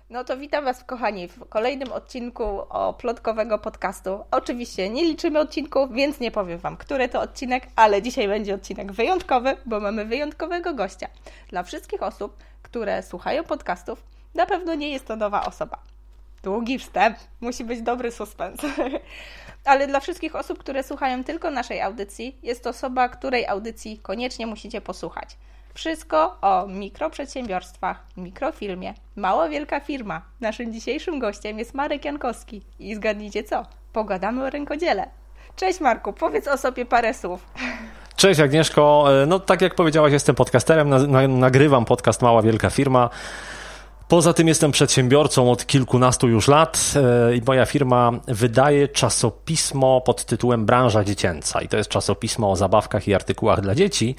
No to witam Was, kochani, w kolejnym odcinku plotkowego podcastu. Oczywiście nie liczymy odcinków, więc nie powiem Wam, który to odcinek, ale dzisiaj będzie odcinek wyjątkowy, bo mamy wyjątkowego gościa. Dla wszystkich osób, które słuchają podcastów, na pewno nie jest to nowa osoba. Długi wstęp, musi być dobry suspens. Ale dla wszystkich osób, które słuchają tylko naszej audycji, jest to osoba, której audycji koniecznie musicie posłuchać. Wszystko o mikroprzedsiębiorstwach, mikrofirmie, mała wielka firma. Naszym dzisiejszym gościem jest Marek Jankowski. I zgadnijcie co? Pogadamy o rękodziele. Cześć Marku, powiedz o sobie parę słów. Cześć Agnieszko, no tak jak powiedziałaś, jestem podcasterem, nagrywam podcast Mała Wielka Firma. Poza tym jestem przedsiębiorcą od kilkunastu już lat i moja firma wydaje czasopismo pod tytułem Branża Dziecięca i to jest czasopismo o zabawkach i artykułach dla dzieci.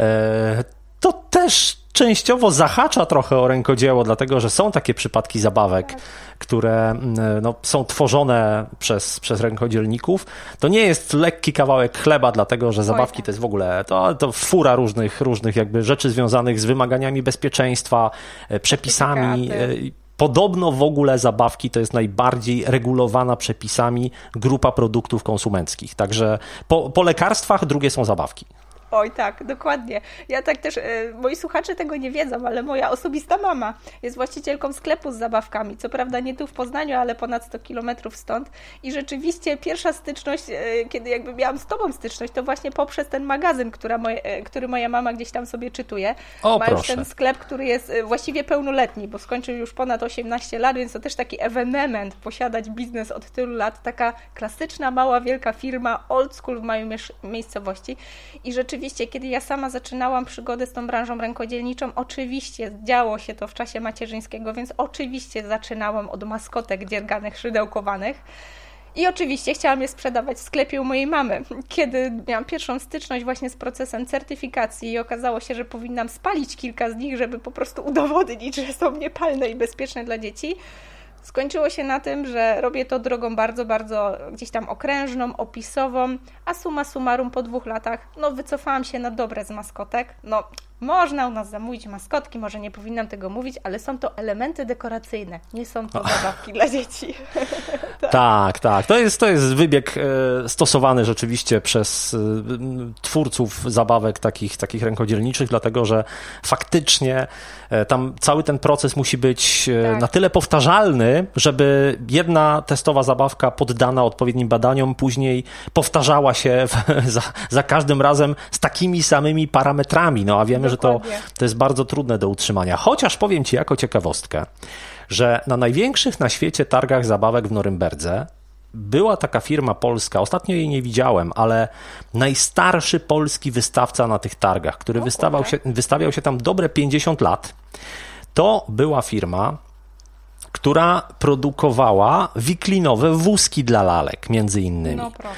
To też częściowo zahacza trochę o rękodzieło, dlatego że są takie przypadki zabawek, które są tworzone przez rękodzielników. To nie jest lekki kawałek chleba, dlatego że zabawki to jest w ogóle to fura różnych jakby rzeczy związanych z wymaganiami bezpieczeństwa, przepisami. Podobno w ogóle zabawki to jest najbardziej regulowana przepisami grupa produktów konsumenckich. Także po lekarstwach drugie są zabawki. Oj tak, dokładnie. Ja tak też, moi słuchacze tego nie wiedzą, ale moja osobista mama jest właścicielką sklepu z zabawkami. Co prawda nie tu w Poznaniu, ale ponad 100 kilometrów stąd. I rzeczywiście pierwsza styczność, kiedy jakby miałam z Tobą styczność, to właśnie poprzez ten magazyn, który moja mama gdzieś tam sobie czytuje. Ma już ten sklep, który jest właściwie pełnoletni, bo skończył już ponad 18 lat, więc to też taki ewenement posiadać biznes od tylu lat. Taka klasyczna, mała, wielka firma, old school w mojej miejscowości. I rzeczywiście, kiedy ja sama zaczynałam przygodę z tą branżą rękodzielniczą, oczywiście działo się to w czasie macierzyńskiego, więc oczywiście zaczynałam od maskotek dzierganych, szydełkowanych. I oczywiście chciałam je sprzedawać w sklepie u mojej mamy. Kiedy miałam pierwszą styczność właśnie z procesem certyfikacji i okazało się, że powinnam spalić kilka z nich, żeby po prostu udowodnić, że są niepalne i bezpieczne dla dzieci, skończyło się na tym, że robię to drogą bardzo, bardzo gdzieś tam okrężną, opisową, a summa summarum po 2 latach, wycofałam się na dobre z maskotek. Można u nas zamówić maskotki, może nie powinnam tego mówić, ale są to elementy dekoracyjne, nie są to zabawki dla dzieci. Tak. To jest wybieg stosowany rzeczywiście przez twórców zabawek takich rękodzielniczych, dlatego że faktycznie tam cały ten proces musi być na tyle powtarzalny, żeby jedna testowa zabawka poddana odpowiednim badaniom później powtarzała się za każdym razem z takimi samymi parametrami. A wiemy, że to jest bardzo trudne do utrzymania. Chociaż powiem Ci jako ciekawostkę, że na największych na świecie targach zabawek w Norymberdze była taka firma polska, ostatnio jej nie widziałem, ale najstarszy polski wystawca na tych targach, który wystawiał się tam dobre 50 lat, to była firma, która produkowała wiklinowe wózki dla lalek, między innymi.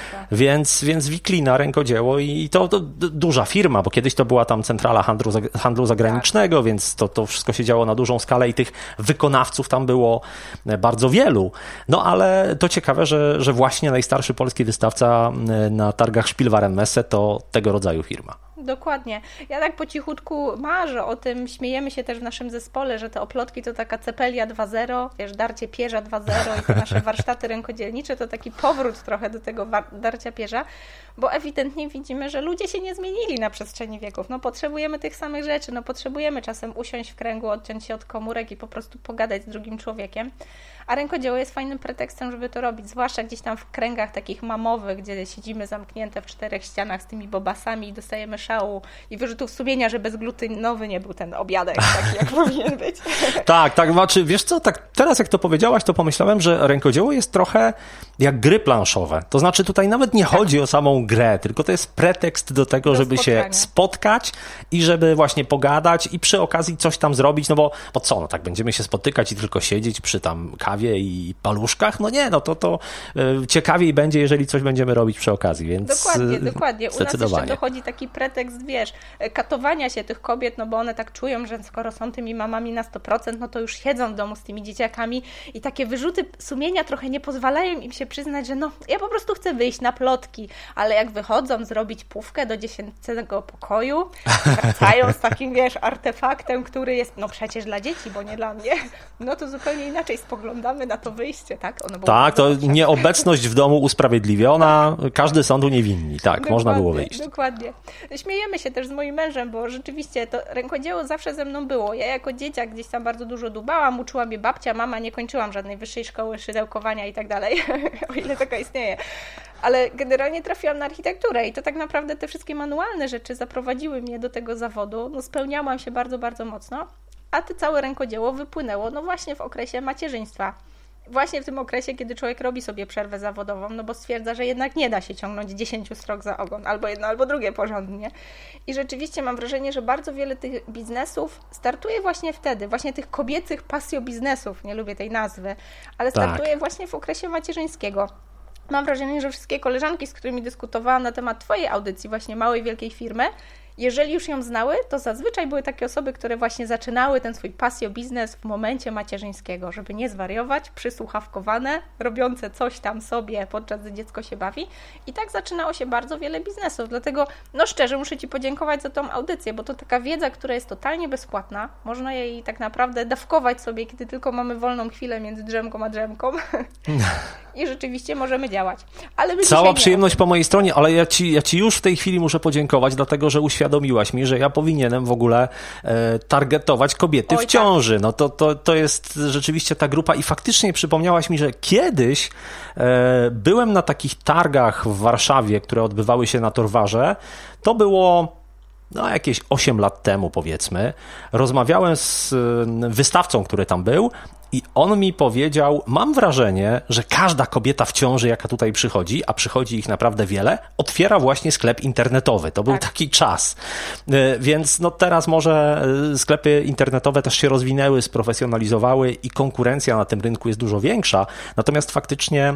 Więc wiklina, rękodzieło i to duża firma, bo kiedyś to była tam centrala handlu zagranicznego, więc to wszystko się działo na dużą skalę i tych wykonawców tam było bardzo wielu. Ale to ciekawe, że właśnie najstarszy polski wystawca na targach Spielwarenmesse to tego rodzaju firma. Dokładnie. Ja tak po cichutku marzę o tym, śmiejemy się też w naszym zespole, że te oplotki to taka Cepelia 2.0, darcie pierza 2.0 i te nasze warsztaty rękodzielnicze to taki powrót trochę do tego darcia pierza, bo ewidentnie widzimy, że ludzie się nie zmienili na przestrzeni wieków. Potrzebujemy tych samych rzeczy, potrzebujemy czasem usiąść w kręgu, odciąć się od komórek i po prostu pogadać z drugim człowiekiem. A rękodzieło jest fajnym pretekstem, żeby to robić, zwłaszcza gdzieś tam w kręgach takich mamowych, gdzie siedzimy zamknięte w 4 ścianach z tymi bobasami i dostajemy szału i wyrzutów sumienia, że bezglutenowy nie był ten obiadek taki, jak powinien być. Tak, znaczy, wiesz co, tak teraz jak to powiedziałaś, to pomyślałem, że rękodzieło jest trochę jak gry planszowe. To znaczy tutaj nawet nie chodzi o samą grę, tylko to jest pretekst do tego, żeby się spotkać i żeby właśnie pogadać i przy okazji coś tam zrobić, bo co, tak będziemy się spotykać i tylko siedzieć przy tam kawie i paluszkach? To ciekawiej będzie, jeżeli coś będziemy robić przy okazji, więc dokładnie. U nas jeszcze dochodzi taki pretekst, katowania się tych kobiet, bo one tak czują, że skoro są tymi mamami na 100%, to już siedzą w domu z tymi dzieciakami dzieciakami i takie wyrzuty sumienia trochę nie pozwalają im się przyznać, że no, ja po prostu chcę wyjść na plotki, ale jak wychodzą zrobić pówkę do 10 pokoju, wracają z takim, wiesz, artefaktem, który jest, no przecież dla dzieci, bo nie dla mnie, no to zupełnie inaczej spoglądamy na to wyjście, tak? Ono było tak, to nieobecność w domu usprawiedliwiona, każdy sąd uniewinni, tak, dokładnie, można było wyjść. Dokładnie. Śmiejemy się też z moim mężem, bo rzeczywiście to rękodzieło zawsze ze mną było. Ja jako dzieciak gdzieś tam bardzo dużo dubałam, uczyła mnie babcia, mama, nie kończyłam żadnej wyższej szkoły szydełkowania i tak dalej, o ile taka istnieje. Ale generalnie trafiłam na architekturę i to tak naprawdę te wszystkie manualne rzeczy zaprowadziły mnie do tego zawodu. No spełniałam się bardzo, bardzo mocno, a to całe rękodzieło wypłynęło no właśnie w okresie macierzyństwa. Właśnie w tym okresie, kiedy człowiek robi sobie przerwę zawodową, no bo stwierdza, że jednak nie da się ciągnąć 10 srok za ogon, albo jedno, albo drugie porządnie. I rzeczywiście mam wrażenie, że bardzo wiele tych biznesów startuje właśnie wtedy, właśnie tych kobiecych pasjobiznesów, nie lubię tej nazwy, ale startuje właśnie w okresie macierzyńskiego. Mam wrażenie, że wszystkie koleżanki, z którymi dyskutowałam na temat Twojej audycji, właśnie małej, wielkiej firmy, jeżeli już ją znały, to zazwyczaj były takie osoby, które właśnie zaczynały ten swój pasjo-biznes w momencie macierzyńskiego, żeby nie zwariować, przysłuchawkowane, robiące coś tam sobie, podczas gdy dziecko się bawi. I tak zaczynało się bardzo wiele biznesów. Dlatego, no szczerze, muszę Ci podziękować za tą audycję, bo to taka wiedza, która jest totalnie bezpłatna. Można jej tak naprawdę dawkować sobie, kiedy tylko mamy wolną chwilę między drzemką a drzemką. I rzeczywiście możemy działać. Ale cała przyjemność po mojej stronie, ale ja ci już w tej chwili muszę podziękować, dlatego że uświadomiłaś mi, że ja powinienem w ogóle targetować kobiety w ciąży. Tak. No to jest rzeczywiście ta grupa i faktycznie przypomniałaś mi, że kiedyś byłem na takich targach w Warszawie, które odbywały się na Torwarze. To było jakieś 8 lat temu, powiedzmy. Rozmawiałem z wystawcą, który tam był i on mi powiedział, mam wrażenie, że każda kobieta w ciąży, jaka tutaj przychodzi, a przychodzi ich naprawdę wiele, otwiera właśnie sklep internetowy. To był taki czas. Więc no teraz może sklepy internetowe też się rozwinęły, sprofesjonalizowały i konkurencja na tym rynku jest dużo większa. Natomiast faktycznie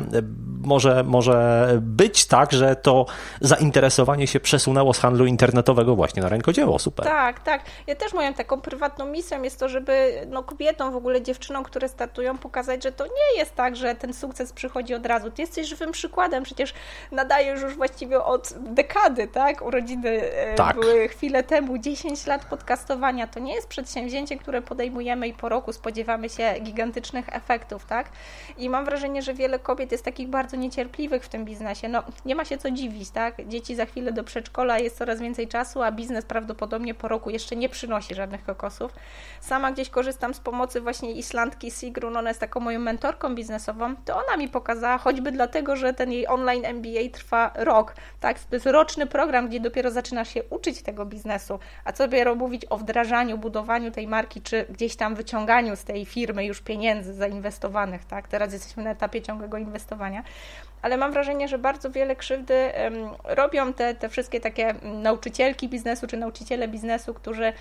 może być tak, że to zainteresowanie się przesunęło z handlu internetowego właśnie na rękodzieło. Super. Tak. Ja też moją taką prywatną misją jest to, żeby kobietom, w ogóle dziewczynom, które startują, pokazać, że to nie jest tak, że ten sukces przychodzi od razu. Ty jesteś żywym przykładem, przecież nadajesz już właściwie od dekady, tak? Urodziny były chwilę temu, 10 lat podcastowania. To nie jest przedsięwzięcie, które podejmujemy i po roku spodziewamy się gigantycznych efektów, tak? I mam wrażenie, że wiele kobiet jest takich bardzo niecierpliwych w tym biznesie. No, nie ma się co dziwić, tak? Dzieci za chwilę do przedszkola, jest coraz więcej czasu, a biznes prawdopodobnie po roku jeszcze nie przynosi żadnych kokosów. Sama gdzieś korzystam z pomocy właśnie Islandki Sigrun, ona jest taką moją mentorką biznesową, to ona mi pokazała, choćby dlatego, że ten jej online MBA trwa rok, tak? To jest roczny program, gdzie dopiero zaczynasz się uczyć tego biznesu, a co dopiero mówić o wdrażaniu, budowaniu tej marki, czy gdzieś tam wyciąganiu z tej firmy już pieniędzy zainwestowanych, tak? Teraz jesteśmy na etapie ciągłego inwestowania, ale mam wrażenie, że bardzo wiele krzywdy robią te wszystkie takie nauczycielki biznesu, czy nauczyciele biznesu, którzy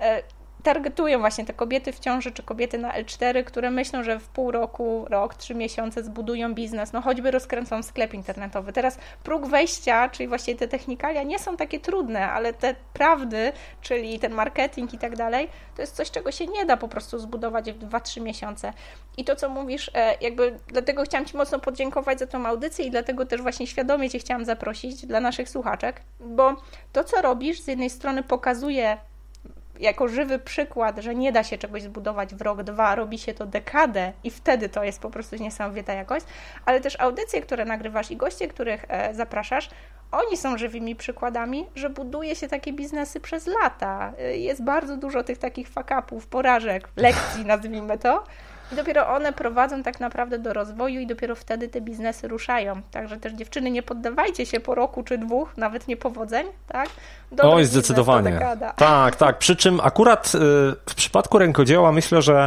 targetują właśnie te kobiety w ciąży, czy kobiety na L4, które myślą, że w pół roku, rok, 3 miesiące zbudują biznes, no choćby rozkręcą sklep internetowy. Teraz próg wejścia, czyli właśnie te technikalia nie są takie trudne, ale te prawdy, czyli ten marketing i tak dalej, to jest coś, czego się nie da po prostu zbudować w 2-3 miesiące. I to, co mówisz, jakby dlatego chciałam Ci mocno podziękować za tą audycję i dlatego też właśnie świadomie Cię chciałam zaprosić dla naszych słuchaczek, bo to, co robisz, z jednej strony pokazuje jako żywy przykład, że nie da się czegoś zbudować w rok, 2, robi się to dekadę i wtedy to jest po prostu niesamowita jakość, ale też audycje, które nagrywasz i goście, których zapraszasz, oni są żywymi przykładami, że buduje się takie biznesy przez lata. Jest bardzo dużo tych takich fuck-upów, porażek, lekcji, nazwijmy to. I dopiero one prowadzą tak naprawdę do rozwoju i dopiero wtedy te biznesy ruszają. Także też dziewczyny, nie poddawajcie się po roku czy 2, nawet niepowodzeń, tak? Oj, zdecydowanie. Tak. Przy czym akurat w przypadku rękodzieła myślę, że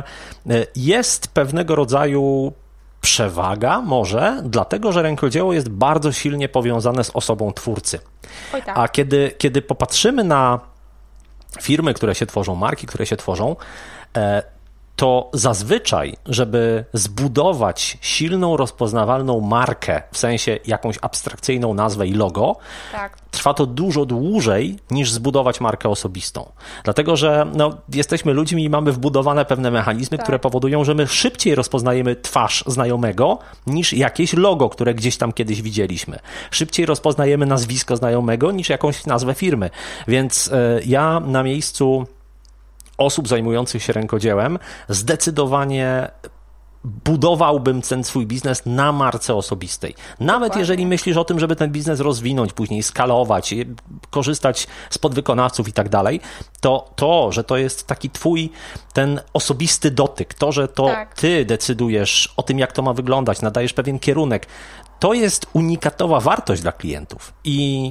jest pewnego rodzaju przewaga może, dlatego że rękodzieło jest bardzo silnie powiązane z osobą twórcy. Oj, tak. A kiedy popatrzymy na firmy, które się tworzą, marki, które się tworzą, to zazwyczaj, żeby zbudować silną, rozpoznawalną markę, w sensie jakąś abstrakcyjną nazwę i logo, tak, trwa to dużo dłużej niż zbudować markę osobistą. Dlatego, że jesteśmy ludźmi i mamy wbudowane pewne mechanizmy, które powodują, że my szybciej rozpoznajemy twarz znajomego niż jakieś logo, które gdzieś tam kiedyś widzieliśmy. Szybciej rozpoznajemy nazwisko znajomego niż jakąś nazwę firmy. Więc ja na miejscu osób zajmujących się rękodziełem zdecydowanie budowałbym ten swój biznes na marce osobistej. Nawet jeżeli myślisz o tym, żeby ten biznes rozwinąć, później skalować, korzystać z podwykonawców i tak dalej, to, że to jest taki twój ten osobisty dotyk, to, że to ty decydujesz o tym, jak to ma wyglądać, nadajesz pewien kierunek, to jest unikatowa wartość dla klientów i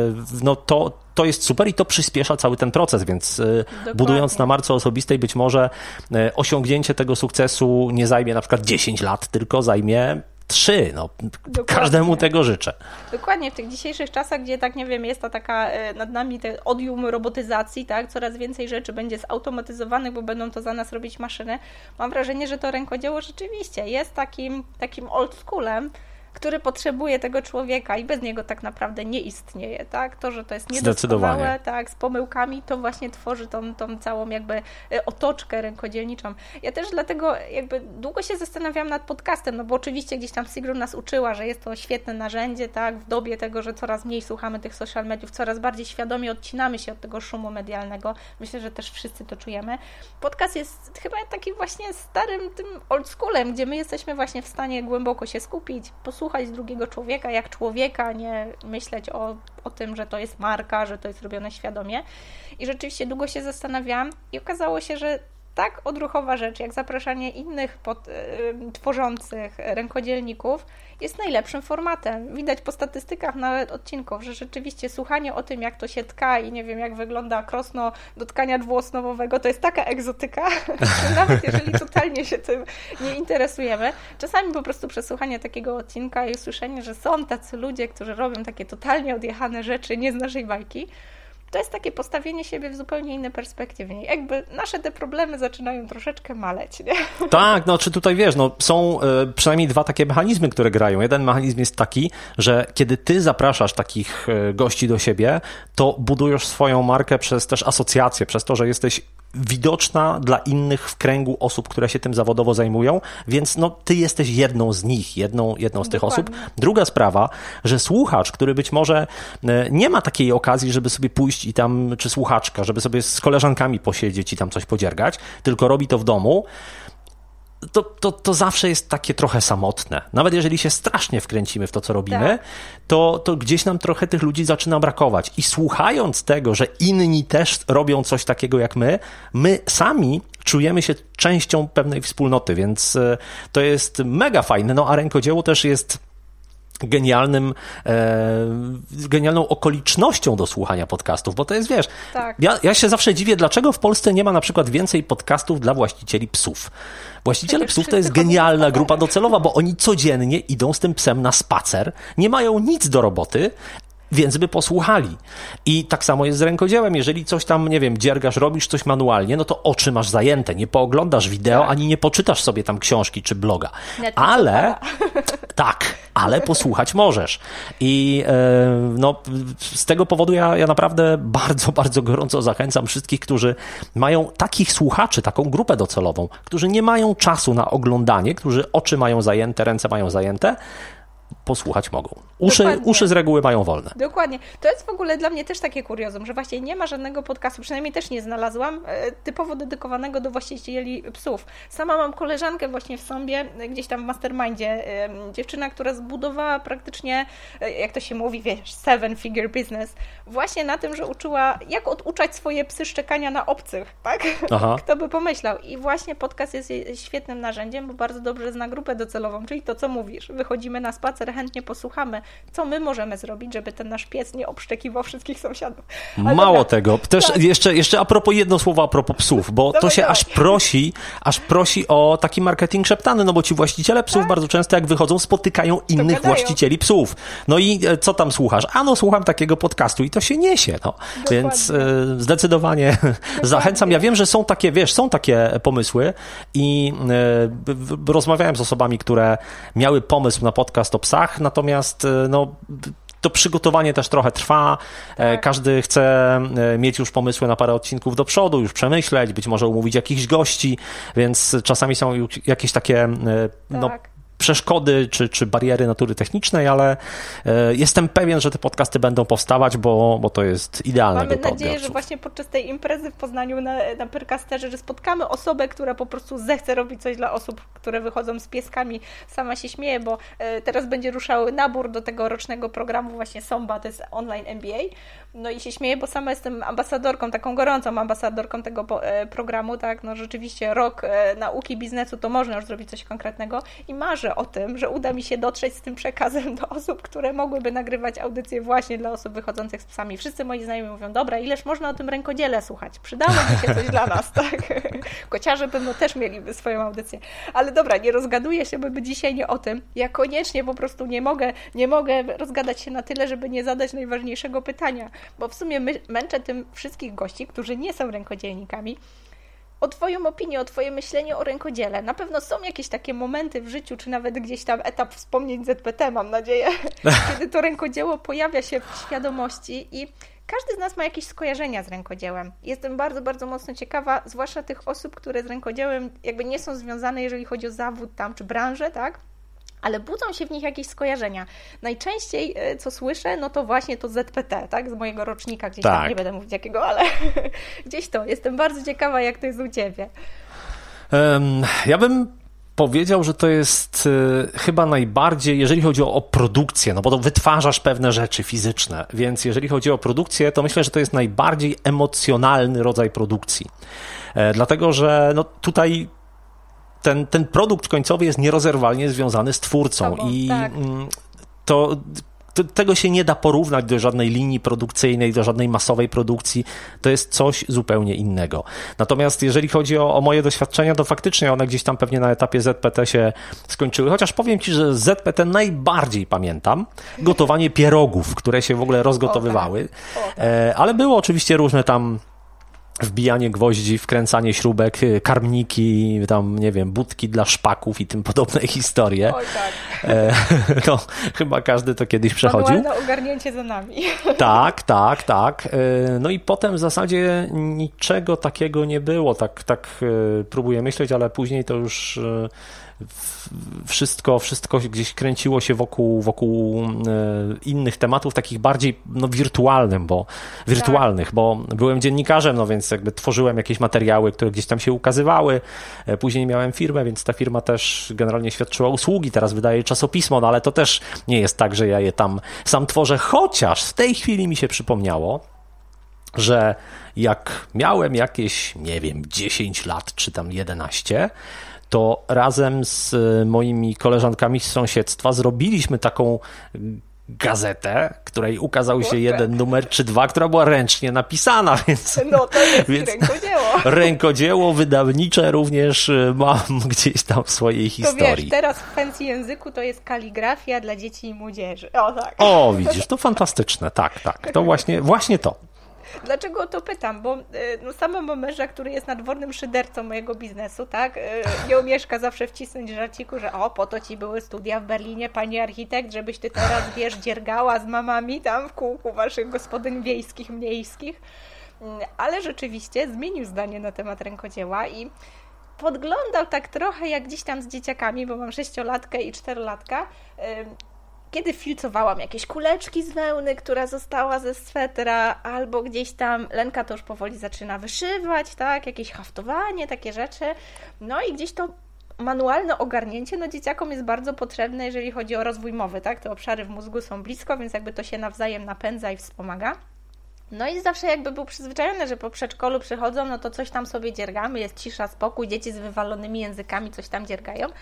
to jest super i to przyspiesza cały ten proces, więc budując na marce osobistej być może osiągnięcie tego sukcesu nie zajmie na przykład 10 lat, tylko zajmie 3. Każdemu tego życzę. Dokładnie, w tych dzisiejszych czasach, gdzie tak, nie wiem, jest ta taka nad nami te odium robotyzacji, tak, coraz więcej rzeczy będzie zautomatyzowanych, bo będą to za nas robić maszyny. Mam wrażenie, że to rękodzieło rzeczywiście jest takim old schoolem, który potrzebuje tego człowieka i bez niego tak naprawdę nie istnieje, tak? To, że to jest niedoskonałe, tak, z pomyłkami, to właśnie tworzy tą całą jakby otoczkę rękodzielniczą. Ja też dlatego jakby długo się zastanawiałam nad podcastem, no bo oczywiście gdzieś tam Sigrun nas uczyła, że jest to świetne narzędzie, tak? W dobie tego, że coraz mniej słuchamy tych social mediów, coraz bardziej świadomie odcinamy się od tego szumu medialnego. Myślę, że też wszyscy to czujemy. Podcast jest chyba takim właśnie starym tym old schoolem, gdzie my jesteśmy właśnie w stanie głęboko się skupić, posłuchać drugiego człowieka jak człowieka, nie myśleć o tym, że to jest marka, że to jest robione świadomie. I rzeczywiście długo się zastanawiałam i okazało się, że tak odruchowa rzecz, jak zapraszanie innych tworzących rękodzielników jest najlepszym formatem. Widać po statystykach nawet odcinków, że rzeczywiście słuchanie o tym, jak to się tka i nie wiem, jak wygląda krosno do tkania dwuosnowowego, to jest taka egzotyka, że nawet jeżeli totalnie się tym nie interesujemy, czasami po prostu przesłuchanie takiego odcinka i usłyszenie, że są tacy ludzie, którzy robią takie totalnie odjechane rzeczy nie z naszej bajki, to jest takie postawienie siebie w zupełnie innej perspektywie. Jakby nasze te problemy zaczynają troszeczkę maleć, nie? Tak, czy tutaj wiesz, są przynajmniej 2 takie mechanizmy, które grają. Jeden mechanizm jest taki, że kiedy ty zapraszasz takich gości do siebie, to budujesz swoją markę przez też asocjację, przez to, że jesteś widoczna dla innych w kręgu osób, które się tym zawodowo zajmują, więc ty jesteś jedną z nich, jedną z tych osób. Druga sprawa, że słuchacz, który być może nie ma takiej okazji, żeby sobie pójść i tam, czy słuchaczka, żeby sobie z koleżankami posiedzieć i tam coś podziergać, tylko robi to w domu, to zawsze jest takie trochę samotne. Nawet jeżeli się strasznie wkręcimy w to, co robimy, to gdzieś nam trochę tych ludzi zaczyna brakować. I słuchając tego, że inni też robią coś takiego jak my sami czujemy się częścią pewnej wspólnoty, więc to jest mega fajne. A rękodzieło też jest genialną okolicznością do słuchania podcastów, bo to jest, wiesz, ja się zawsze dziwię, dlaczego w Polsce nie ma na przykład więcej podcastów dla właścicieli psów. Właściciele psów to jest genialna grupa docelowa, bo oni codziennie idą z tym psem na spacer, nie mają nic do roboty, więc by posłuchali. I tak samo jest z rękodziełem. Jeżeli coś tam, nie wiem, dziergasz, robisz coś manualnie, to oczy masz zajęte. Nie pooglądasz wideo, ani nie poczytasz sobie tam książki czy bloga. Ale posłuchać możesz. I z tego powodu ja naprawdę bardzo, bardzo gorąco zachęcam wszystkich, którzy mają takich słuchaczy, taką grupę docelową, którzy nie mają czasu na oglądanie, którzy oczy mają zajęte, ręce mają zajęte, posłuchać mogą. Uszy z reguły mają wolne. Dokładnie. To jest w ogóle dla mnie też takie kuriozum, że właśnie nie ma żadnego podcastu, przynajmniej też nie znalazłam, typowo dedykowanego do właścicieli psów. Sama mam koleżankę właśnie w Sąbie, gdzieś tam w mastermindzie, dziewczyna, która zbudowała praktycznie, jak to się mówi, wiesz, 7-figure business, właśnie na tym, że uczyła, jak oduczać swoje psy szczekania na obcych, tak? Aha. Kto by pomyślał. I właśnie podcast jest świetnym narzędziem, bo bardzo dobrze zna grupę docelową, czyli to, co mówisz. Wychodzimy na spacer, spacer, chętnie posłuchamy, co my możemy zrobić, żeby ten nasz pies nie obszczekiwał wszystkich sąsiadów. Mało tego, też tak. jeszcze a propos jedno słowo a propos psów, bo to się aż prosi o taki marketing szeptany, no bo ci właściciele psów bardzo często jak wychodzą, spotykają innych właścicieli psów. No i co tam słuchasz? No słucham takiego podcastu i to się niesie, no. Więc zdecydowanie zachęcam. Ja wiem, że są takie pomysły i rozmawiałem z osobami, które miały pomysł na podcast o psach, natomiast to przygotowanie też trochę trwa. Tak. Każdy chce mieć już pomysły na parę odcinków do przodu, już przemyśleć, być może umówić jakichś gości, więc czasami są jakieś takie przeszkody czy bariery natury technicznej, ale jestem pewien, że te podcasty będą powstawać, bo to jest idealne. Mamy nadzieję, że właśnie podczas tej imprezy w Poznaniu na Pyrcasterze, że spotkamy osobę, która po prostu zechce robić coś dla osób, które wychodzą z pieskami. Sama się śmieję, bo teraz będzie ruszał nabór do tego rocznego programu właśnie SOMBA, to jest online MBA. No i się śmieję, bo sama jestem ambasadorką, taką gorącą ambasadorką tego programu, tak, no rzeczywiście rok nauki biznesu to można już zrobić coś konkretnego i marzę o tym, że uda mi się dotrzeć z tym przekazem do osób, które mogłyby nagrywać audycje właśnie dla osób wychodzących z psami. Wszyscy moi znajomi mówią, dobra, ileż można o tym rękodziele słuchać? Przydałoby się coś dla nas, tak? Kociarze pewno też mieliby swoją audycję. Ale dobra, nie rozgaduję się, bo dzisiaj nie o tym. Ja koniecznie po prostu nie mogę rozgadać się na tyle, żeby nie zadać najważniejszego pytania, bo w sumie męczę tym wszystkich gości, którzy nie są rękodzielnikami, o Twoją opinię, o Twoje myślenie o rękodziele. Na pewno są jakieś takie momenty w życiu, czy nawet gdzieś tam etap wspomnień ZPT, mam nadzieję, kiedy to rękodzieło pojawia się w świadomości i każdy z nas ma jakieś skojarzenia z rękodziełem. Jestem bardzo, bardzo mocno ciekawa, zwłaszcza tych osób, które z rękodziełem jakby nie są związane, jeżeli chodzi o zawód tam, czy branżę, tak? Ale budzą się w nich jakieś skojarzenia. Najczęściej, co słyszę, no to właśnie to ZPT, tak? Z mojego rocznika gdzieś tam, nie będę mówić jakiego, ale gdzieś to. Jestem bardzo ciekawa, jak to jest u Ciebie. Ja bym powiedział, że to jest chyba najbardziej, jeżeli chodzi o produkcję, no bo to wytwarzasz pewne rzeczy fizyczne, więc jeżeli chodzi o produkcję, to myślę, że to jest najbardziej emocjonalny rodzaj produkcji. Dlatego, że no tutaj ten produkt końcowy jest nierozerwalnie związany z twórcą i tego się nie da porównać do żadnej linii produkcyjnej, do żadnej masowej produkcji. To jest coś zupełnie innego. Natomiast jeżeli chodzi o moje doświadczenia, to faktycznie one gdzieś tam pewnie na etapie ZPT się skończyły. Chociaż powiem Ci, że z ZPT najbardziej pamiętam gotowanie pierogów, które się w ogóle rozgotowywały. Ale było oczywiście różne tam wbijanie gwoździ, wkręcanie śrubek, karmniki, tam, nie wiem, budki dla szpaków i tym podobne historie. Oj, tak. No, chyba każdy to kiedyś przechodził. Manualne ogarnięcie za nami. Tak. No i potem w zasadzie niczego takiego nie było. Tak próbuję myśleć, ale później to już wszystko gdzieś kręciło się wokół innych tematów, takich bardziej wirtualnych, bo byłem dziennikarzem, no więc jakby tworzyłem jakieś materiały, które gdzieś tam się ukazywały. Później miałem firmę, więc ta firma też generalnie świadczyła usługi, teraz wydaje czasopismo, no ale to też nie jest tak, że ja je tam sam tworzę, chociaż w tej chwili mi się przypomniało, że jak miałem jakieś, nie wiem, 10 lat, czy tam 11, to razem z moimi koleżankami z sąsiedztwa zrobiliśmy taką gazetę, której ukazał się jeden numer czy dwa, która była ręcznie napisana, więc... No to jest rękodzieło. Rękodzieło wydawnicze również mam gdzieś tam w swojej historii. To wiesz, teraz w fancy języku to jest kaligrafia dla dzieci i młodzieży. O tak. O, widzisz, to fantastyczne, tak. To właśnie to. Dlaczego o to pytam? Bo sama mam męża, który jest nadwornym szydercą mojego biznesu, tak? Nie umieszka zawsze wcisnąć żarciku, że po to ci były studia w Berlinie, pani architekt, żebyś ty teraz, wiesz, dziergała z mamami tam w kółku waszych gospodyń wiejskich, miejskich. Ale rzeczywiście zmienił zdanie na temat rękodzieła i podglądał tak trochę jak gdzieś tam z dzieciakami, bo mam 6-latkę i 4-latka, kiedy filcowałam jakieś kuleczki z wełny, która została ze swetra, albo gdzieś tam Lenka to już powoli zaczyna wyszywać, tak, jakieś haftowanie, takie rzeczy. No i gdzieś to manualne ogarnięcie, dzieciakom jest bardzo potrzebne, jeżeli chodzi o rozwój mowy, tak, te obszary w mózgu są blisko, więc jakby to się nawzajem napędza i wspomaga. No i zawsze jakby był przyzwyczajony, że po przedszkolu przychodzą, no to coś tam sobie dziergamy, jest cisza, spokój, dzieci z wywalonymi językami coś tam dziergają.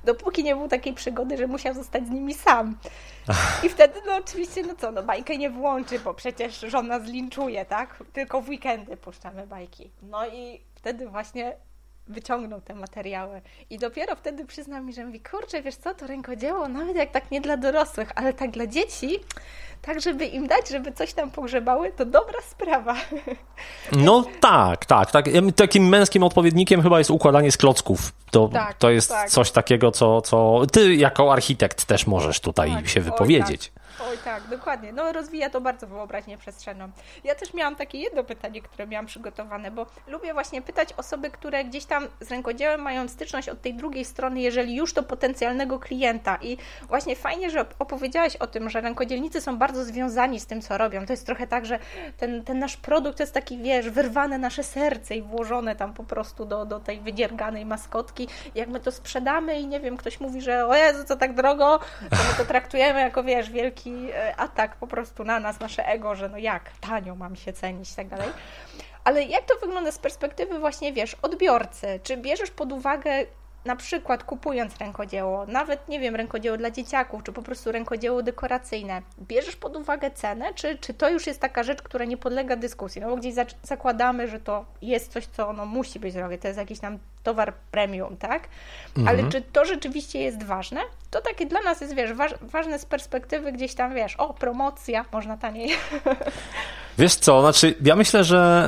dopóki nie było takiej przygody, że musiał zostać z nimi sam. I wtedy, no oczywiście, no co, no bajkę nie włączy, bo przecież żona zlinczuje, tak? Tylko w weekendy puszczamy bajki. No i wtedy właśnie wyciągnął te materiały. I dopiero wtedy przyznał mi, że mówi, kurczę, wiesz co, to rękodzieło, nawet jak tak nie dla dorosłych, ale tak dla dzieci, tak żeby im dać, żeby coś tam pogrzebały, to dobra sprawa. No tak. Takim męskim odpowiednikiem chyba jest układanie z klocków. To jest coś takiego, co ty jako architekt też możesz tutaj się wypowiedzieć. Oj tak, dokładnie. No rozwija to bardzo wyobraźnię przestrzenną. Ja też miałam takie jedno pytanie, które miałam przygotowane, bo lubię właśnie pytać osoby, które gdzieś tam z rękodziełem mają styczność od tej drugiej strony, jeżeli już to potencjalnego klienta. I właśnie fajnie, że opowiedziałaś o tym, że rękodzielnicy są bardzo związani z tym, co robią. To jest trochę tak, że ten nasz produkt to jest taki, wiesz, wyrwane nasze serce i włożone tam po prostu do tej wydzierganej maskotki. Jak my to sprzedamy i nie wiem, ktoś mówi, że o Jezu, co tak drogo, to my to traktujemy jako, wiesz, wielki atak po prostu na nas, nasze ego, że no jak tanio mam się cenić i tak dalej. Ale jak to wygląda z perspektywy właśnie, wiesz, odbiorcy? Czy bierzesz pod uwagę na przykład kupując rękodzieło, nawet, nie wiem, rękodzieło dla dzieciaków, czy po prostu rękodzieło dekoracyjne, bierzesz pod uwagę cenę, czy to już jest taka rzecz, która nie podlega dyskusji? No bo gdzieś zakładamy, że to jest coś, co no, musi być drogie, to jest jakiś tam towar premium, tak? Ale czy to rzeczywiście jest ważne? To takie dla nas jest, wiesz, ważne z perspektywy gdzieś tam, wiesz, promocja, można taniej. Wiesz co, znaczy ja myślę, że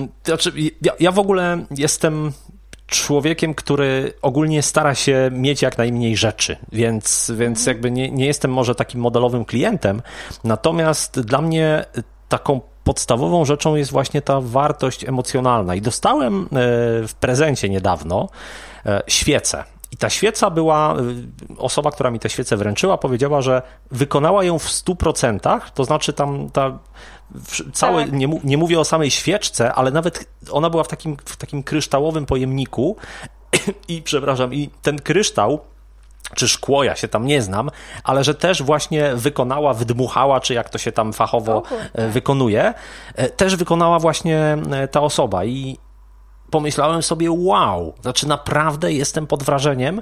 ja w ogóle jestem człowiekiem, który ogólnie stara się mieć jak najmniej rzeczy, więc jakby nie jestem może takim modelowym klientem, natomiast dla mnie taką podstawową rzeczą jest właśnie ta wartość emocjonalna i dostałem w prezencie niedawno świecę. I ta świeca była, osoba, która mi tę świecę wręczyła, powiedziała, że wykonała ją w 100%, to znaczy tam całe, tak. Nie mówię o samej świeczce, ale nawet ona była w takim kryształowym pojemniku i przepraszam, i ten kryształ, czy szkło, ja się tam nie znam, ale że też właśnie wykonała, wydmuchała, czy jak to się tam fachowo wykonuje, też wykonała właśnie ta osoba i pomyślałem sobie, wow, znaczy naprawdę jestem pod wrażeniem,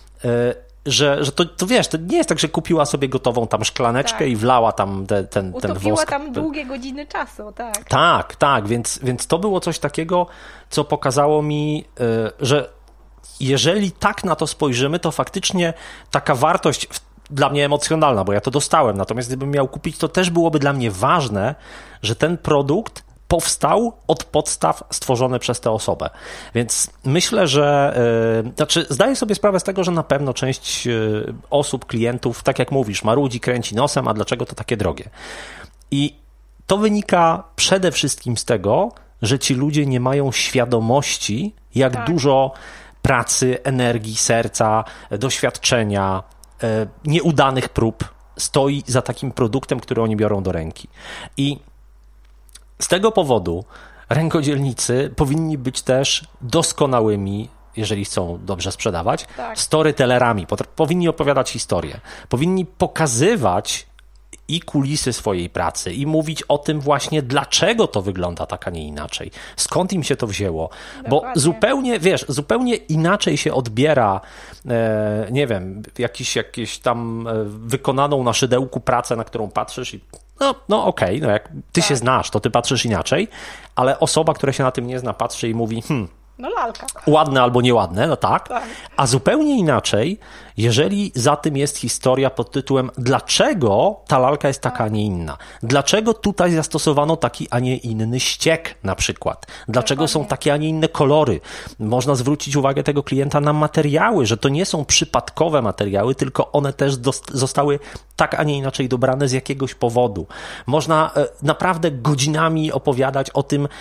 że to wiesz, to nie jest tak, że kupiła sobie gotową tam szklaneczkę i wlała tam ten wosk. Utopiła tam długie godziny czasu, tak. Tak, więc to było coś takiego, co pokazało mi, że jeżeli tak na to spojrzymy, to faktycznie taka wartość dla mnie emocjonalna, bo ja to dostałem, natomiast gdybym miał kupić, to też byłoby dla mnie ważne, że ten produkt powstał od podstaw stworzony przez tę osobę. Więc myślę, że zdaję sobie sprawę z tego, że na pewno część osób, klientów, tak jak mówisz, marudzi, kręci nosem, a dlaczego to takie drogie? I to wynika przede wszystkim z tego, że ci ludzie nie mają świadomości, jak dużo pracy, energii, serca, doświadczenia, nieudanych prób stoi za takim produktem, który oni biorą do ręki. I z tego powodu rękodzielnicy powinni być też doskonałymi, jeżeli chcą dobrze sprzedawać, storytellerami. Powinni opowiadać historię. Powinni pokazywać i kulisy swojej pracy i mówić o tym właśnie, dlaczego to wygląda tak, a nie inaczej. Skąd im się to wzięło. Dokładnie. Bo zupełnie inaczej się odbiera, nie wiem, jakieś tam wykonaną na szydełku pracę, na którą patrzysz i no okej, jak ty się znasz, to ty patrzysz inaczej, ale osoba, która się na tym nie zna, patrzy i mówi, no lalka. Ładne albo nieładne, no tak. A zupełnie inaczej, jeżeli za tym jest historia pod tytułem dlaczego ta lalka jest taka, a nie inna? Dlaczego tutaj zastosowano taki, a nie inny ściek na przykład? Dlaczego są takie, a nie inne kolory? Można zwrócić uwagę tego klienta na materiały, że to nie są przypadkowe materiały, tylko one też zostały tak, a nie inaczej dobrane z jakiegoś powodu. Można naprawdę godzinami opowiadać o tym,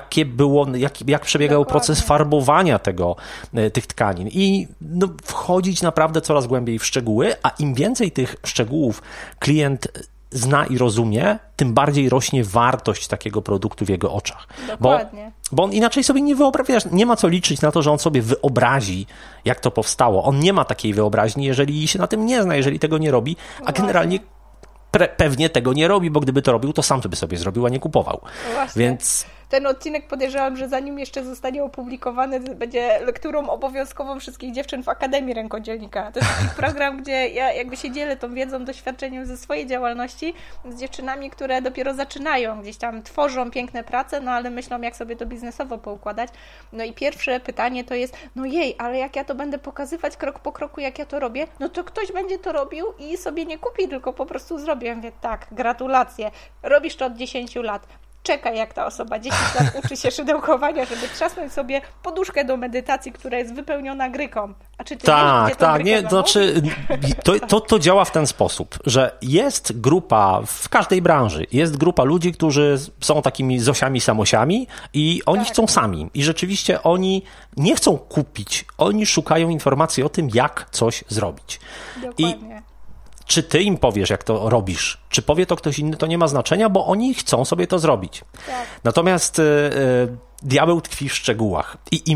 jak przebiegał proces farbowania tych tkanin i wchodzić naprawdę coraz głębiej w szczegóły, a im więcej tych szczegółów klient zna i rozumie, tym bardziej rośnie wartość takiego produktu w jego oczach. Dokładnie. Bo on inaczej sobie nie wyobraża, nie ma co liczyć na to, że on sobie wyobrazi, jak to powstało. On nie ma takiej wyobraźni, jeżeli się na tym nie zna, jeżeli tego nie robi, a generalnie pewnie tego nie robi, bo gdyby to robił, to sam by sobie zrobił, a nie kupował. Właśnie. Więc ten odcinek podejrzewam, że zanim jeszcze zostanie opublikowany, będzie lekturą obowiązkową wszystkich dziewczyn w Akademii Rękodzielnika. To jest taki program, gdzie ja jakby się dzielę tą wiedzą, doświadczeniem ze swojej działalności z dziewczynami, które dopiero zaczynają, gdzieś tam tworzą piękne prace, no ale myślą, jak sobie to biznesowo poukładać. No i pierwsze pytanie to jest, no jej, ale jak ja to będę pokazywać krok po kroku, jak ja to robię, no to ktoś będzie to robił i sobie nie kupi, tylko po prostu zrobi. Ja mówię, tak, gratulacje, robisz to od 10 lat. Czekaj, jak ta osoba 10 lat uczy się szydełkowania, żeby trzasnąć sobie poduszkę do medytacji, która jest wypełniona gryką. A czy ty wiesz, gdzie tą nie, to znaczy to działa w ten sposób, że jest grupa w każdej branży, jest grupa ludzi, którzy są takimi Zosiami Samosiami i oni chcą sami. I rzeczywiście oni nie chcą kupić, oni szukają informacji o tym, jak coś zrobić. Dokładnie. Czy ty im powiesz, jak to robisz? Czy powie to ktoś inny, to nie ma znaczenia, bo oni chcą sobie to zrobić. Tak. Natomiast diabeł tkwi w szczegółach. I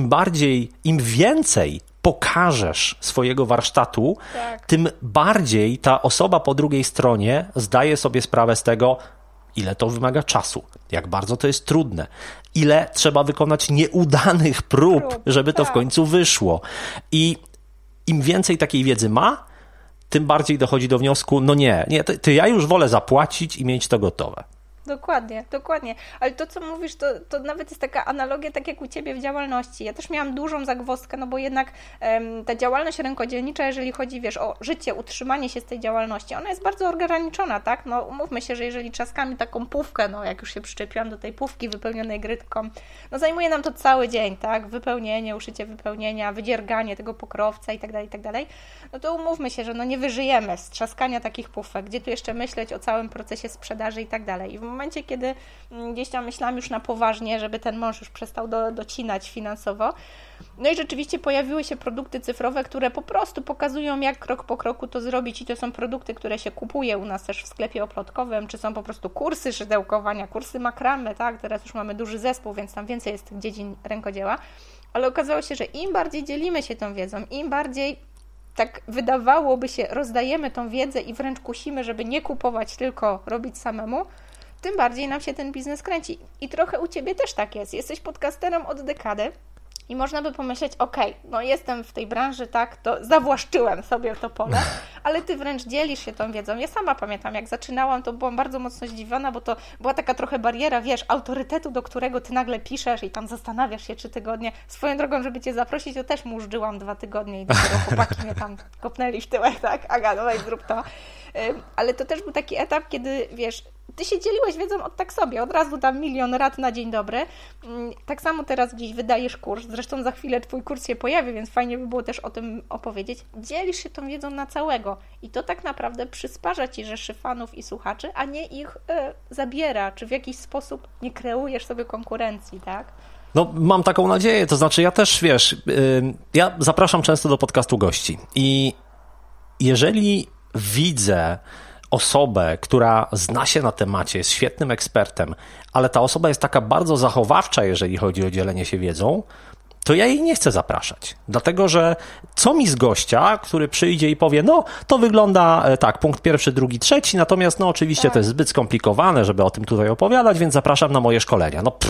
im więcej pokażesz swojego warsztatu, tym bardziej ta osoba po drugiej stronie zdaje sobie sprawę z tego, ile to wymaga czasu, jak bardzo to jest trudne, ile trzeba wykonać nieudanych prób, żeby to w końcu wyszło. I im więcej takiej wiedzy ma, tym bardziej dochodzi do wniosku, no nie, to ja już wolę zapłacić i mieć to gotowe. Dokładnie. Ale to, co mówisz, to nawet jest taka analogia, tak jak u ciebie w działalności. Ja też miałam dużą zagwozdkę, no bo jednak ta działalność rękodzielnicza, jeżeli chodzi, wiesz, o życie, utrzymanie się z tej działalności, ona jest bardzo ograniczona, tak? No umówmy się, że jeżeli trzaskamy taką pówkę, no jak już się przyczepiłam do tej pówki wypełnionej grytką, no zajmuje nam to cały dzień, tak? Wypełnienie, uszycie wypełnienia, wydzierganie tego pokrowca i tak dalej, no to umówmy się, że no nie wyżyjemy z trzaskania takich pówek, gdzie tu jeszcze myśleć o całym procesie sprzedaży i tak dalej. I w momencie, kiedy gdzieś tam myślałam już na poważnie, żeby ten mąż już przestał docinać finansowo, no i rzeczywiście pojawiły się produkty cyfrowe, które po prostu pokazują, jak krok po kroku to zrobić i to są produkty, które się kupuje u nas też w sklepie oplotkowym, czy są po prostu kursy szydełkowania, kursy makramy, tak, teraz już mamy duży zespół, więc tam więcej jest tych dziedzin rękodzieła, ale okazało się, że im bardziej dzielimy się tą wiedzą, im bardziej tak wydawałoby się, rozdajemy tą wiedzę i wręcz kusimy, żeby nie kupować, tylko robić samemu, tym bardziej nam się ten biznes kręci. I trochę u ciebie też tak jest. Jesteś podcasterem od dekady i można by pomyśleć, okej, no jestem w tej branży, tak, to zawłaszczyłem sobie to pole, ale ty wręcz dzielisz się tą wiedzą. Ja sama pamiętam, jak zaczynałam, to byłam bardzo mocno zdziwiona, bo to była taka trochę bariera, wiesz, autorytetu, do którego ty nagle piszesz i tam zastanawiasz się 3 tygodnie. Swoją drogą, żeby cię zaprosić, to też murzyłam 2 tygodnie i dopiero chłopaki mnie tam kopnęli w tyłek, tak, Aga, no i zrób to. Ale to też był taki etap, kiedy, wiesz, ty się dzieliłeś wiedzą tak sobie, od razu tam 1 000 000 rad na dzień dobry. Tak samo teraz gdzieś wydajesz kurs, zresztą za chwilę twój kurs się pojawi, więc fajnie by było też o tym opowiedzieć. Dzielisz się tą wiedzą na całego i to tak naprawdę przysparza ci rzeszy fanów i słuchaczy, a nie ich zabiera, czy w jakiś sposób nie kreujesz sobie konkurencji, tak? No, mam taką nadzieję, to znaczy ja też, wiesz, ja zapraszam często do podcastu gości i jeżeli widzę osobę, która zna się na temacie, jest świetnym ekspertem, ale ta osoba jest taka bardzo zachowawcza, jeżeli chodzi o dzielenie się wiedzą, to ja jej nie chcę zapraszać. Dlatego, że co mi z gościa, który przyjdzie i powie, no to wygląda tak, punkt 1, 2, 3, natomiast no oczywiście to jest zbyt skomplikowane, żeby o tym tutaj opowiadać, więc zapraszam na moje szkolenia. No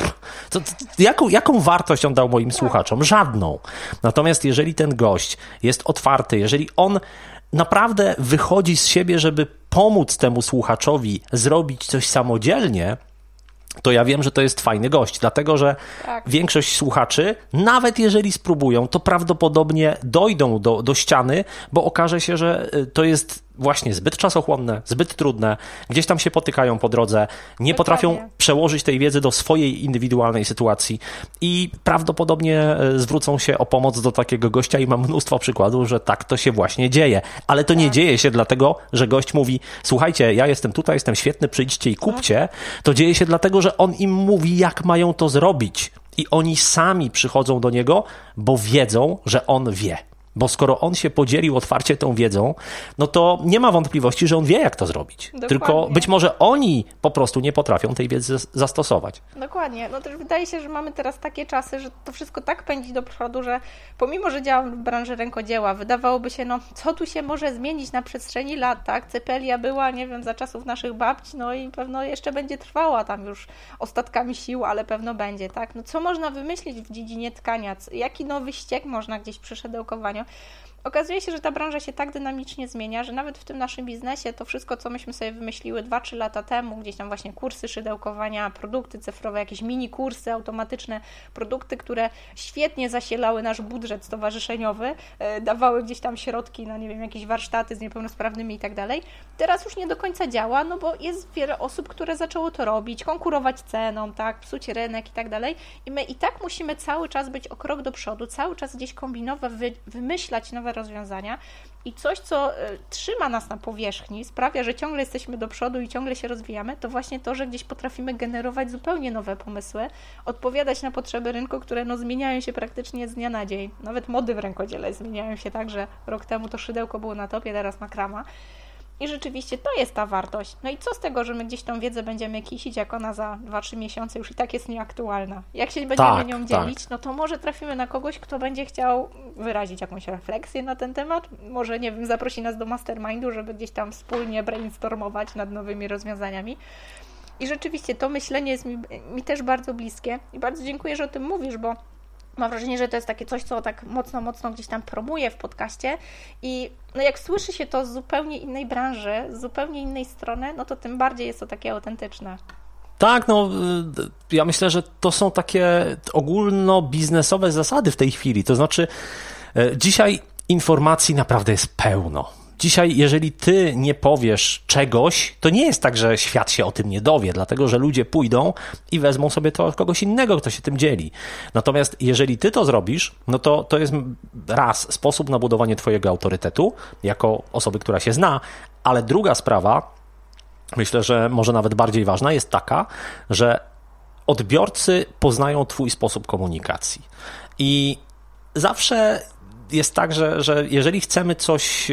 jaką wartość on dał moim słuchaczom? Żadną. Natomiast jeżeli ten gość jest otwarty, jeżeli on naprawdę wychodzi z siebie, żeby pomóc temu słuchaczowi zrobić coś samodzielnie, to ja wiem, że to jest fajny gość, dlatego że większość słuchaczy, nawet jeżeli spróbują, to prawdopodobnie dojdą do ściany, bo okaże się, że to jest właśnie zbyt czasochłonne, zbyt trudne, gdzieś tam się potykają po drodze, nie potrafią przełożyć tej wiedzy do swojej indywidualnej sytuacji i prawdopodobnie zwrócą się o pomoc do takiego gościa i mam mnóstwo przykładów, że tak to się właśnie dzieje. Ale to nie dzieje się dlatego, że gość mówi, słuchajcie, ja jestem tutaj, jestem świetny, przyjdźcie i kupcie. To dzieje się dlatego, że on im mówi, jak mają to zrobić i oni sami przychodzą do niego, bo wiedzą, że on wie. Bo skoro on się podzielił otwarcie tą wiedzą, no to nie ma wątpliwości, że on wie, jak to zrobić. Dokładnie. Tylko być może oni po prostu nie potrafią tej wiedzy zastosować. Dokładnie. No też wydaje się, że mamy teraz takie czasy, że to wszystko tak pędzi do przodu, że pomimo, że działam w branży rękodzieła, wydawałoby się, no co tu się może zmienić na przestrzeni lat, tak? Cepelia była, nie wiem, za czasów naszych babci, no i pewno jeszcze będzie trwała tam już ostatkami sił, ale pewno będzie, tak? No co można wymyślić w dziedzinie tkania? Jaki nowy ściek można gdzieś przy szydełkowaniu? Okazuje się, że ta branża się tak dynamicznie zmienia, że nawet w tym naszym biznesie to wszystko, co myśmy sobie wymyśliły 2-3 lata temu, gdzieś tam właśnie kursy szydełkowania, produkty cyfrowe, jakieś mini kursy automatyczne, produkty, które świetnie zasilały nasz budżet stowarzyszeniowy, dawały gdzieś tam środki na, nie wiem, jakieś warsztaty z niepełnosprawnymi i tak dalej. Teraz już nie do końca działa, no bo jest wiele osób, które zaczęło to robić, konkurować ceną, tak, psuć rynek i tak dalej. I my i tak musimy cały czas być o krok do przodu, cały czas gdzieś kombinować, wymyślać nowe rozwiązania i coś, co trzyma nas na powierzchni, sprawia, że ciągle jesteśmy do przodu i ciągle się rozwijamy, to właśnie to, że gdzieś potrafimy generować zupełnie nowe pomysły, odpowiadać na potrzeby rynku, które no, zmieniają się praktycznie z dnia na dzień. Nawet mody w rękodziele zmieniają się tak, że rok temu to szydełko było na topie, teraz makrama. I rzeczywiście to jest ta wartość. No i co z tego, że my gdzieś tą wiedzę będziemy kisić, jak ona za 2-3 miesiące już i tak jest nieaktualna. Jak się będziemy nią dzielić, no to może trafimy na kogoś, kto będzie chciał wyrazić jakąś refleksję na ten temat. Może, nie wiem, zaprosi nas do mastermindu, żeby gdzieś tam wspólnie brainstormować nad nowymi rozwiązaniami. I rzeczywiście to myślenie jest mi też bardzo bliskie. I bardzo dziękuję, że o tym mówisz, bo mam wrażenie, że to jest takie coś, co tak mocno gdzieś tam promuje w podcaście i no jak słyszy się to z zupełnie innej branży, z zupełnie innej strony, no to tym bardziej jest to takie autentyczne. Tak, no ja myślę, że to są takie ogólnobiznesowe zasady w tej chwili. To znaczy dzisiaj informacji naprawdę jest pełno. Dzisiaj, jeżeli ty nie powiesz czegoś, to nie jest tak, że świat się o tym nie dowie, dlatego że ludzie pójdą i wezmą sobie to od kogoś innego, kto się tym dzieli. Natomiast jeżeli ty to zrobisz, no to jest raz sposób na budowanie twojego autorytetu jako osoby, która się zna, ale druga sprawa, myślę, że może nawet bardziej ważna, jest taka, że odbiorcy poznają twój sposób komunikacji. I zawsze jest tak, że jeżeli chcemy coś,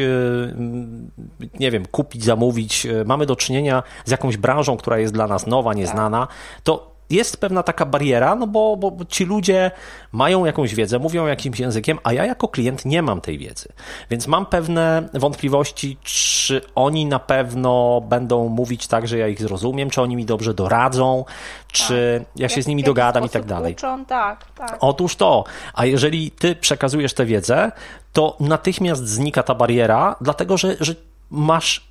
nie wiem, kupić, zamówić, mamy do czynienia z jakąś branżą, która jest dla nas nowa, nieznana, to jest pewna taka bariera, no bo ci ludzie mają jakąś wiedzę, mówią jakimś językiem, a ja jako klient nie mam tej wiedzy. Więc mam pewne wątpliwości, czy oni na pewno będą mówić tak, że ja ich zrozumiem, czy oni mi dobrze doradzą, czy ja się z nimi dogadam i tak dalej. Uczą, tak. Otóż to, a jeżeli ty przekazujesz tę wiedzę, to natychmiast znika ta bariera, dlatego że masz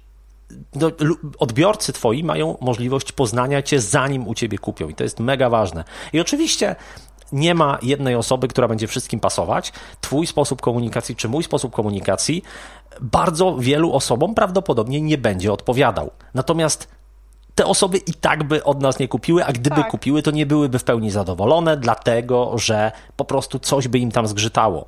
odbiorcy twoi mają możliwość poznania cię, zanim u ciebie kupią i to jest mega ważne. I oczywiście nie ma jednej osoby, która będzie wszystkim pasować. Twój sposób komunikacji czy mój sposób komunikacji bardzo wielu osobom prawdopodobnie nie będzie odpowiadał. Natomiast te osoby i tak by od nas nie kupiły, a gdyby kupiły, to nie byłyby w pełni zadowolone, dlatego że po prostu coś by im tam zgrzytało.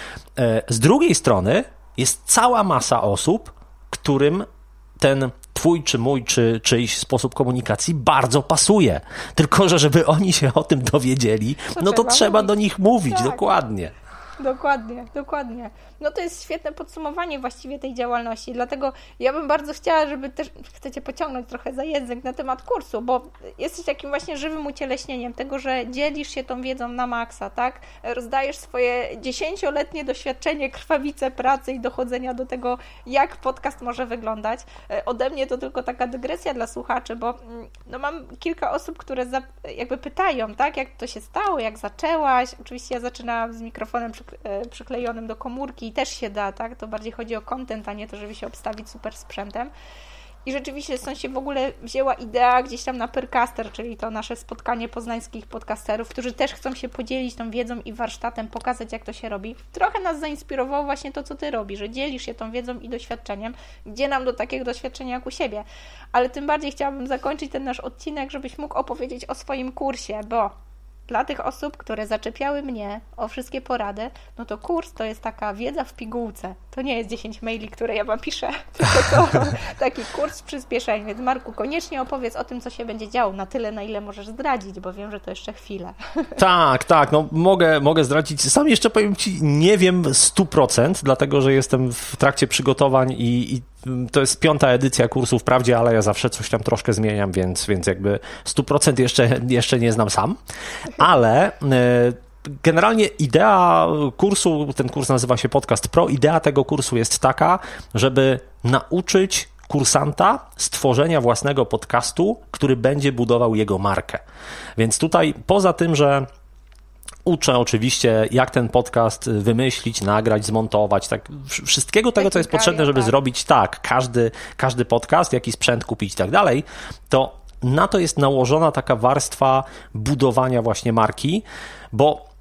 Z drugiej strony jest cała masa osób, którym ten twój, czy mój, czy czyjś sposób komunikacji bardzo pasuje. Tylko, że żeby oni się o tym dowiedzieli, to trzeba do nich mówić, dokładnie. Dokładnie. No to jest świetne podsumowanie właściwie tej działalności, dlatego ja bym bardzo chciała, żeby też, chcecie pociągnąć trochę za język na temat kursu, bo jesteś takim właśnie żywym ucieleśnieniem tego, że dzielisz się tą wiedzą na maksa, tak? Rozdajesz swoje 10-letnie doświadczenie, krwawicę pracy i dochodzenia do tego, jak podcast może wyglądać. Ode mnie to tylko taka dygresja dla słuchaczy, bo no mam kilka osób, które jakby pytają, tak? Jak to się stało, jak zaczęłaś? Oczywiście ja zaczynałam z mikrofonem przyklejonym do komórki i też się da, tak? To bardziej chodzi o content, a nie to, żeby się obstawić super sprzętem. I rzeczywiście stąd się w ogóle wzięła idea gdzieś tam na Pyrcaster, czyli to nasze spotkanie poznańskich podcasterów, którzy też chcą się podzielić tą wiedzą i warsztatem, pokazać, jak to się robi. Trochę nas zainspirowało właśnie to, co ty robisz, że dzielisz się tą wiedzą i doświadczeniem, gdzie nam do takiego doświadczenia jak u siebie. Ale tym bardziej chciałabym zakończyć ten nasz odcinek, żebyś mógł opowiedzieć o swoim kursie, bo dla tych osób, które zaczepiały mnie o wszystkie porady, no to kurs to jest taka wiedza w pigułce. To nie jest 10 maili, które ja wam piszę, tylko to taki kurs przyspieszeń. Więc Marku, koniecznie opowiedz o tym, co się będzie działo, na tyle, na ile możesz zdradzić, bo wiem, że to jeszcze chwilę. Tak, no mogę zdradzić. Sam jeszcze powiem Ci, nie wiem 100%, dlatego że jestem w trakcie przygotowań i to jest 5. edycja kursu wprawdzie, ale ja zawsze coś tam troszkę zmieniam, więc jakby 100% jeszcze nie znam sam, ale generalnie idea kursu, ten kurs nazywa się Podcast Pro, idea tego kursu jest taka, żeby nauczyć kursanta stworzenia własnego podcastu, który będzie budował jego markę. Więc tutaj poza tym, że uczę oczywiście, jak ten podcast wymyślić, nagrać, zmontować, tak wszystkiego tego, co jest potrzebne, żeby zrobić każdy podcast, jaki sprzęt kupić i tak dalej, to na to jest nałożona taka warstwa budowania właśnie marki, bo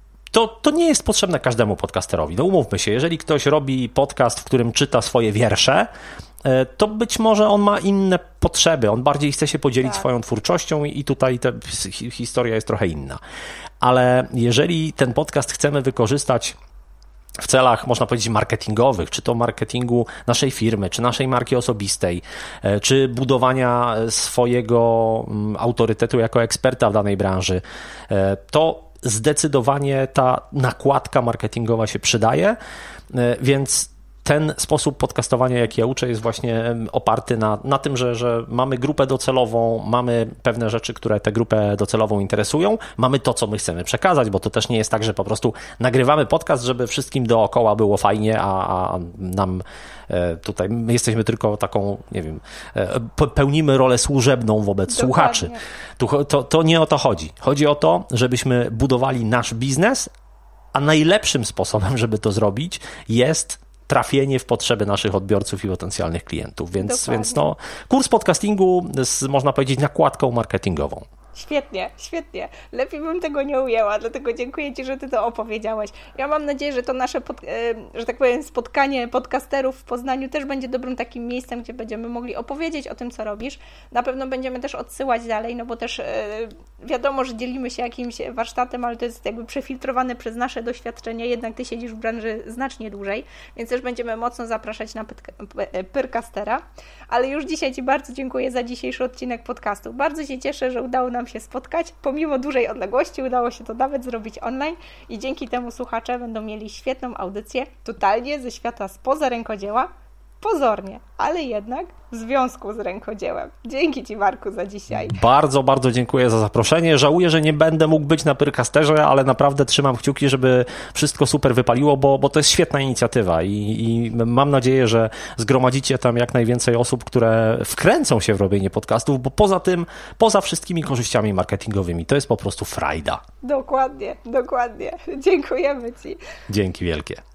to nie jest potrzebne każdemu podcasterowi. No umówmy się, jeżeli ktoś robi podcast, w którym czyta swoje wiersze, to być może on ma inne potrzeby, on bardziej chce się podzielić swoją twórczością i tutaj ta historia jest trochę inna. Ale jeżeli ten podcast chcemy wykorzystać w celach, można powiedzieć, marketingowych, czy to marketingu naszej firmy, czy naszej marki osobistej, czy budowania swojego autorytetu jako eksperta w danej branży, to zdecydowanie ta nakładka marketingowa się przydaje, więc ten sposób podcastowania, jaki ja uczę, jest właśnie oparty na tym, że mamy grupę docelową, mamy pewne rzeczy, które tę grupę docelową interesują, mamy to, co my chcemy przekazać, bo to też nie jest tak, że po prostu nagrywamy podcast, żeby wszystkim dookoła było fajnie, a nam tutaj my jesteśmy tylko taką, nie wiem, pełnimy rolę służebną wobec słuchaczy. To nie o to chodzi. Chodzi o to, żebyśmy budowali nasz biznes, a najlepszym sposobem, żeby to zrobić, jest trafienie w potrzeby naszych odbiorców i potencjalnych klientów. Więc no, kurs podcastingu z, można powiedzieć, nakładką marketingową. Świetnie. Lepiej bym tego nie ujęła, dlatego dziękuję Ci, że Ty to opowiedziałeś. Ja mam nadzieję, że to nasze, że tak powiem, spotkanie podcasterów w Poznaniu też będzie dobrym takim miejscem, gdzie będziemy mogli opowiedzieć o tym, co robisz. Na pewno będziemy też odsyłać dalej, no bo też wiadomo, że dzielimy się jakimś warsztatem, ale to jest jakby przefiltrowane przez nasze doświadczenie, jednak Ty siedzisz w branży znacznie dłużej, więc też będziemy mocno zapraszać na Pyrcastera. Ale już dzisiaj Ci bardzo dziękuję za dzisiejszy odcinek podcastu. Bardzo się cieszę, że udało nam się spotkać. Pomimo dużej odległości udało się to nawet zrobić online i dzięki temu słuchacze będą mieli świetną audycję totalnie ze świata spoza rękodzieła, pozornie, ale jednak w związku z rękodziełem. Dzięki Ci, Marku, za dzisiaj. Bardzo, bardzo dziękuję za zaproszenie. Żałuję, że nie będę mógł być na Pyrcasterze, ale naprawdę trzymam kciuki, żeby wszystko super wypaliło, bo to jest świetna inicjatywa i mam nadzieję, że zgromadzicie tam jak najwięcej osób, które wkręcą się w robienie podcastów, bo poza wszystkimi korzyściami marketingowymi, to jest po prostu frajda. Dokładnie. Dziękujemy Ci. Dzięki wielkie.